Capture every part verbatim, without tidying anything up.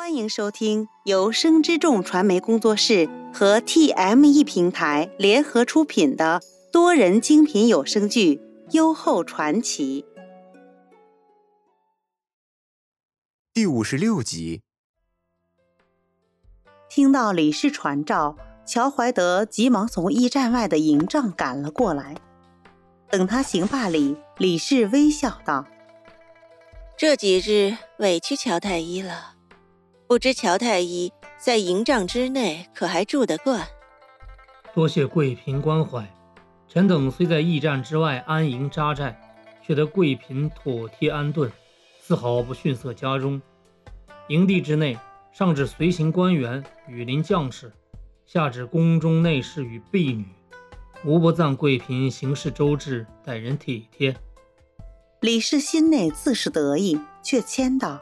欢迎收听由生之众传媒工作室和 T M E 平台联合出品的多人精品有声剧《优厚传奇》 第五十六集。 听到李氏传召，乔怀德急忙从驿站外的营帐赶了过来。等他行罢礼，李氏微笑道： 这几日委屈乔太医了，不知乔太医在营帐之内可还住得惯？ 多谢贵嫔关怀，臣等虽在驿站之外安营扎寨，却得贵嫔妥帖安顿，丝毫不逊色家中。营地之内，上至随行官员、羽林将士，下至宫中内侍与婢女，无不赞贵嫔行事周至，待人体贴。 李氏心内自是得意，却谦道：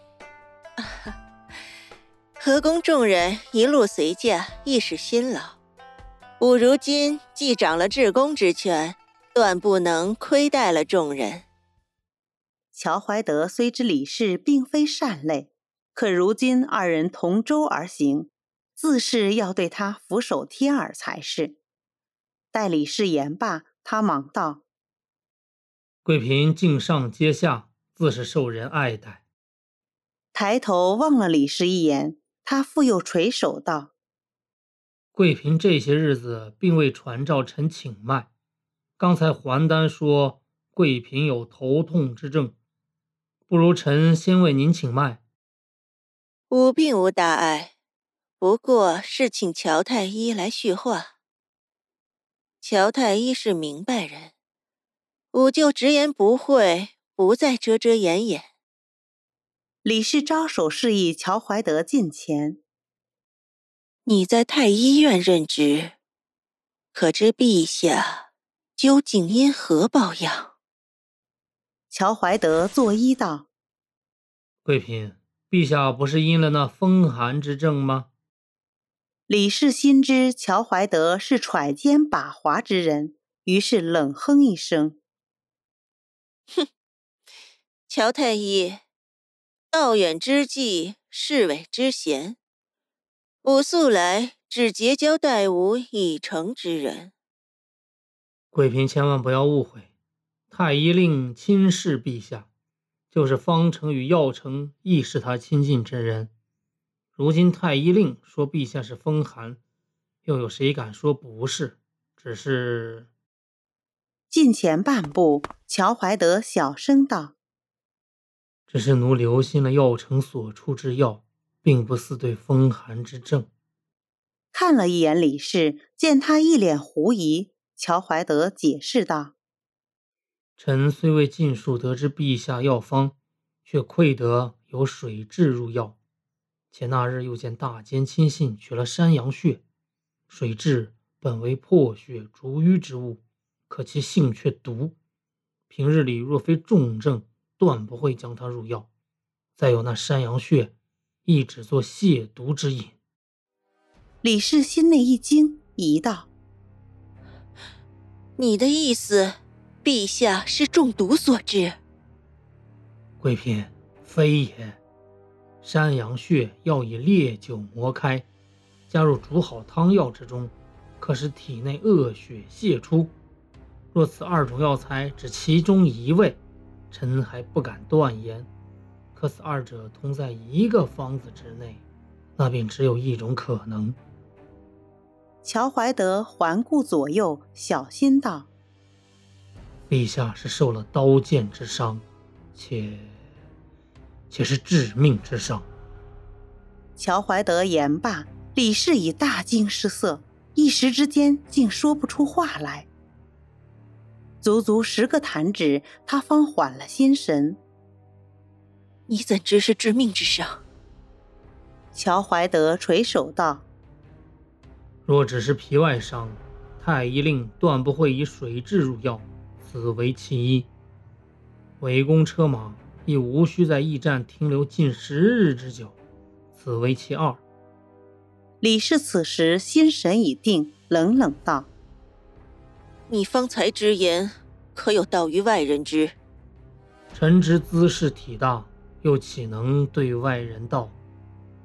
河宫众人一路随驾，亦是辛劳。吾如今既掌了治宫之权，断不能亏待了众人。 乔怀德虽知李氏并非善类，可如今二人同舟而行，自是要对他俯首帖耳才是。待李氏言罢，他忙道： 贵嫔敬上接下，自是受人爱戴。 抬头望了李氏一眼，他复又垂首道： 贵嫔这些日子并未传召臣请脉，刚才还丹说贵嫔有头痛之症，不如臣先为您请脉。 吾并无大碍，不过是请乔太医来叙话。乔太医是明白人，吾就直言不讳，不再遮遮掩掩。 李氏招手示意乔怀德近前： 你在太医院任职，可知陛下究竟因何抱恙？ 乔怀德作揖道： 贵嫔，陛下不是因了那风寒之症吗？ 李氏心知乔怀德是揣奸把滑之人，于是冷哼一声： 哼，乔太医，道远之计，是伪之嫌。吾素来只结交待吾以诚之人。 贵嫔千万不要误会，太医令亲视陛下，就是方成与药成亦是他亲近之人。如今太医令说陛下是风寒，又有谁敢说不是？只是…… 近前半步，乔怀德小声道： 只是奴留心了药成所出之药，并不似对风寒之症。 看了一眼李氏，见他一脸狐疑，乔怀德解释道： 臣虽未尽数得知陛下药方，却窥得有水蛭入药，且那日又见大监亲信取了山羊血，水蛭本为破血逐瘀之物，可其性却毒，平日里若非重症，断不会将它入药。再有那山羊血，亦只做泻毒之饮。 李氏心内一惊，疑道： 你的意思，陛下是中毒所致？ 贵嫔，非也。山羊血要以烈酒磨开，加入煮好汤药之中，可使体内恶血泄出。若此二种药材只其中一味，臣还不敢断言，可此二者同在一个方子之内，那便只有一种可能。 乔怀德环顾左右，小心道： 陛下是受了刀剑之伤，且且是致命之伤。 乔怀德言罢，李氏已大惊失色，一时之间竟说不出话来。足足十个弹指，他方缓了心神。 你怎知是致命之伤？ 乔怀德垂首道： 若只是皮外伤，太医令断不会以水蛭入药，此为其一。围攻车马亦无需在驿站停留近十日之久，此为其二。 李氏此时心神已定，冷冷道： 你方才之言，可有道于外人知？ 臣之姿势体大，又岂能对外人道？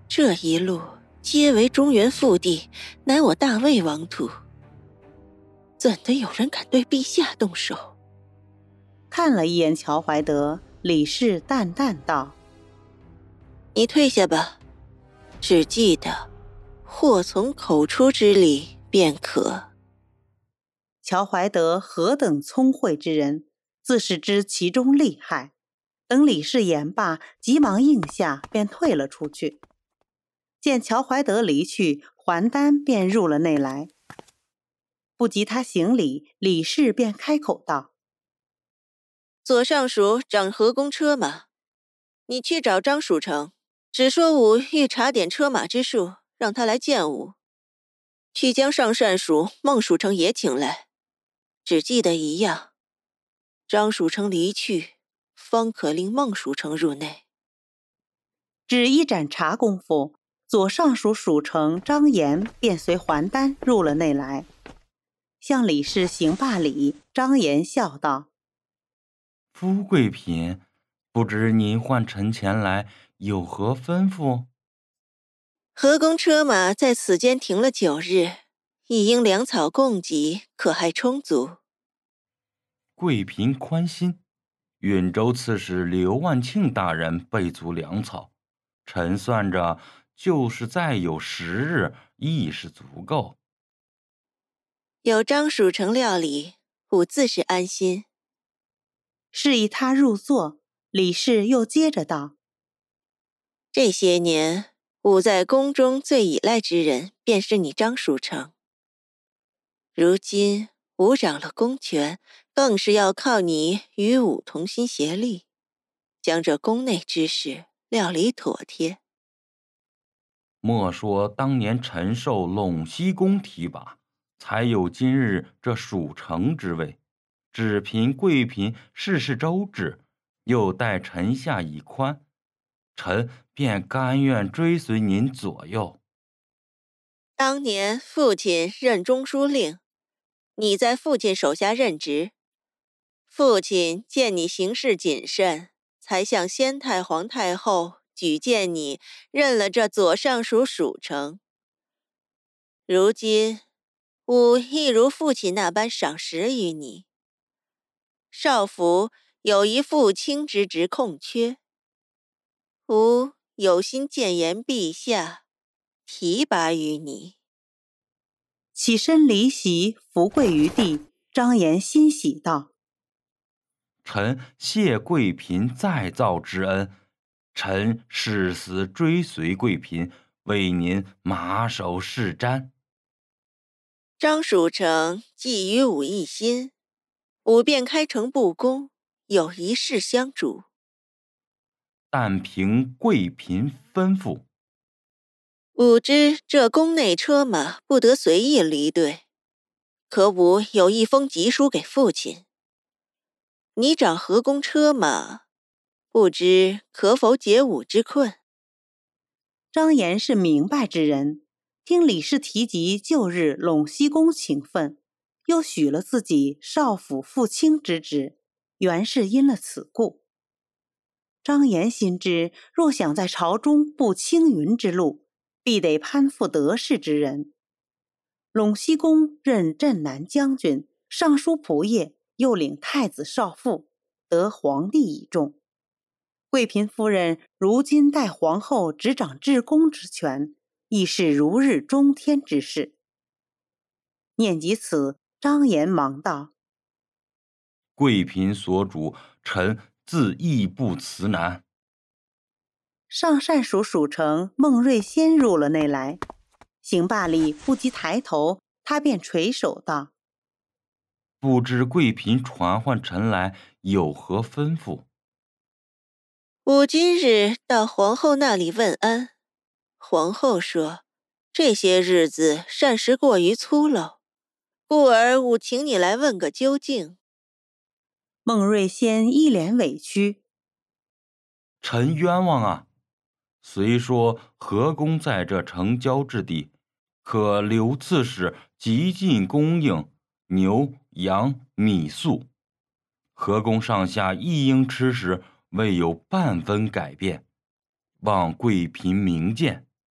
这一路皆为中原腹地，乃我大魏王土，怎的有人敢对陛下动手？ 看了一眼乔怀德，李氏淡淡道： 你退下吧，只记得祸从口出之理便可。 乔怀德何等聪慧之人，自是知其中利害。等李氏言罢，急忙应下，便退了出去。见乔怀德离去，桓丹便入了内来。不及他行礼，李氏便开口道： 左尚书掌河宫车马，你去找张蜀成，只说吾欲查点车马之术，让他来见吾。去将上善署孟蜀成也请来，只记得一样，张蜀成离去，方可令孟蜀成入内。 只一盏茶功夫，左尚书蜀丞张延便随桓丹入了内来。向李氏行罢礼，张延笑道： 夫贵嫔，不知您唤臣前来有何吩咐？ 河宫车马在此间停了九日，已应粮草供给，可还充足。 贵嫔宽心，允州刺史刘万庆大人备足粮草，臣算着就是再有十日亦是足够。 有张蜀成料理，吾自是安心。 示意他入座，李氏又接着道： 这些年，吾在宫中最依赖之人，便是你张蜀成。如今吾掌了公权，更是要靠你与吾同心协力，将这宫内之事料理妥帖。 莫说当年臣受陇西公提拔，才有今日这蜀城之位，只凭贵嫔事事周至，又待臣下以宽，臣便甘愿追随您左右。 当年父亲任中书令，你在父亲手下任职，父亲见你行事谨慎，才向先太皇太后举荐你任了这左尚书蜀丞。如今吾亦如父亲那般赏识于你。少府有一副卿之职空缺，吾有心谏言陛下，提拔于你。 起身离席，伏跪于地。张延欣喜道： 臣谢贵嫔再造之恩，臣誓死追随贵嫔，为您马首是瞻。 张蜀成既与吾一心，吾便开诚布公，有一事相主。 但凭贵嫔吩咐。 吾知这宫内车马不得随意离队，可吾有一封急书给父亲。你掌河宫车马，不知可否解吾之困？ 张延是明白之人，听李氏提及旧日陇西公情分，又许了自己少府副卿之职，原是因了此故。张延心知，若想在朝中步青云之路，必得攀附得势之人。陇西公任镇南将军、尚书仆射，又领太子少傅，得皇帝倚重。贵嫔夫人如今代皇后执掌治宫之权，亦是如日中天之事。念及此，张延忙道： 贵嫔所主，臣自义不辞难。 上善署署丞孟瑞先入了内来，行罢礼，不及抬头，他便垂手道： 不知贵嫔传唤臣来有何吩咐？ 吾今日到皇后那里问安，皇后说这些日子膳食过于粗陋，故而吾请你来问个究竟。 孟瑞先一脸委屈： 臣冤枉啊！虽说河宫在这城郊之地，可刘刺史极尽供应牛羊米粟，河宫上下一应吃食，未有半分改变，望贵嫔明鉴。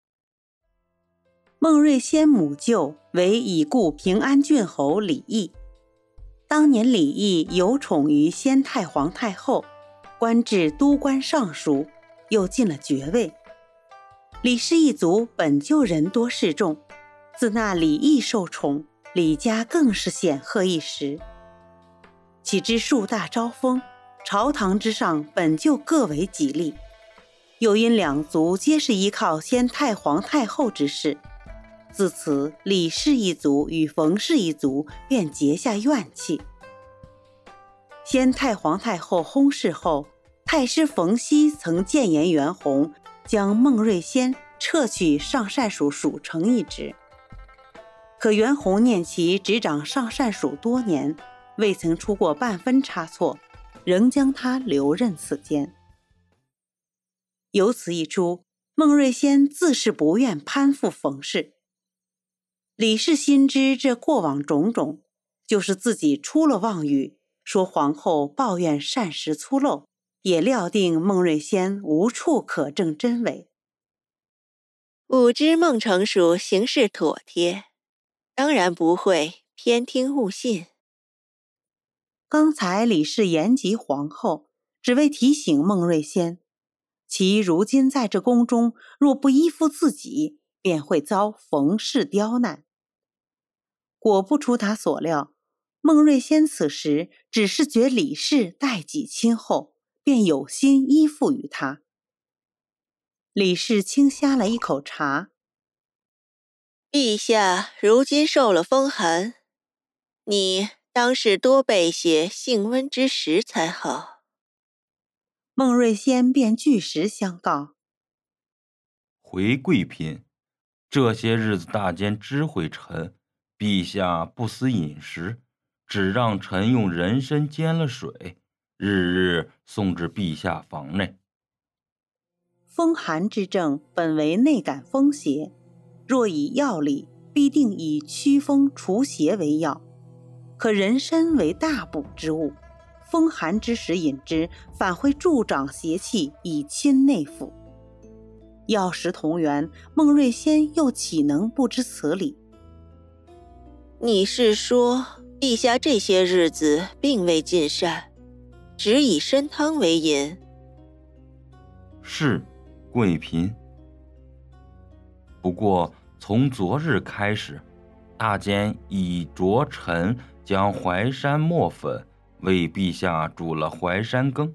孟瑞仙母舅为已故平安郡侯李毅。当年李毅有宠于先太皇太后，官至都官尚书，又进了爵位。李氏一族本就人多势众，自那李毅受宠，李家更是显赫一时。岂知树大招风，朝堂之上本就各为己利，又因两族皆是依靠先太皇太后之事，自此李氏一族与冯氏一族便结下怨气。先太皇太后薨逝后，太师冯熙曾谏言袁弘将孟瑞仙撤去上善署署丞一职，可袁弘念其执掌上善署多年，未曾出过半分差错，仍将他留任此间。由此一出，孟瑞仙自是不愿攀附冯氏。李氏心知这过往种种，就是自己出了妄语，说皇后抱怨膳食粗陋，也料定孟瑞仙无处可证真伪。 吾知孟丞属行事妥帖，当然不会偏听误信。 刚才李氏言及皇后，只为提醒孟瑞仙，其如今在这宫中，若不依附自己，便会遭冯氏刁难。果不出他所料，孟瑞仙此时只是觉李氏待己亲厚，便有心依附于他。李氏轻呷了一口茶， 陛下如今受了风寒，你当是多备些性温之食才好。 孟瑞仙便据实相告： 回贵嫔，这些日子大监知会臣，陛下不思饮食，只让臣用人参煎了水，日日送至陛下房内。 风寒之症本为内感风邪，若以药理，必定以驱风除邪为要。可人参为大补之物，风寒之时饮之，反会助长邪气，以侵内府。药食同源，孟瑞仙又岂能不知此理？ 你是说，陛下这些日子并未尽膳，只以参汤为饮？ 是，贵嫔。不过从昨日开始，大监已着臣将淮山磨粉为陛下煮了淮山羹。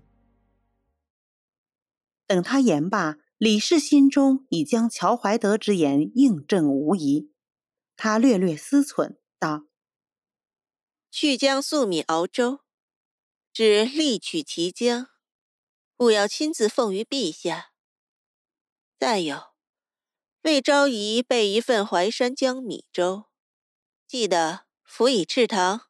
等他言罢，李氏心中已将乔怀德之言印证无疑。他略略思忖道： 去将粟米熬粥，只力取其浆，勿要亲自奉于陛下。再有，为昭仪备一份淮山姜米粥，记得辅以赤糖。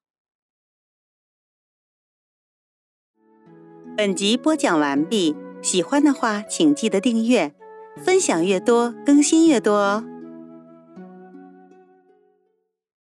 本集播讲完毕，喜欢的话请记得订阅，分享越多更新越多哦。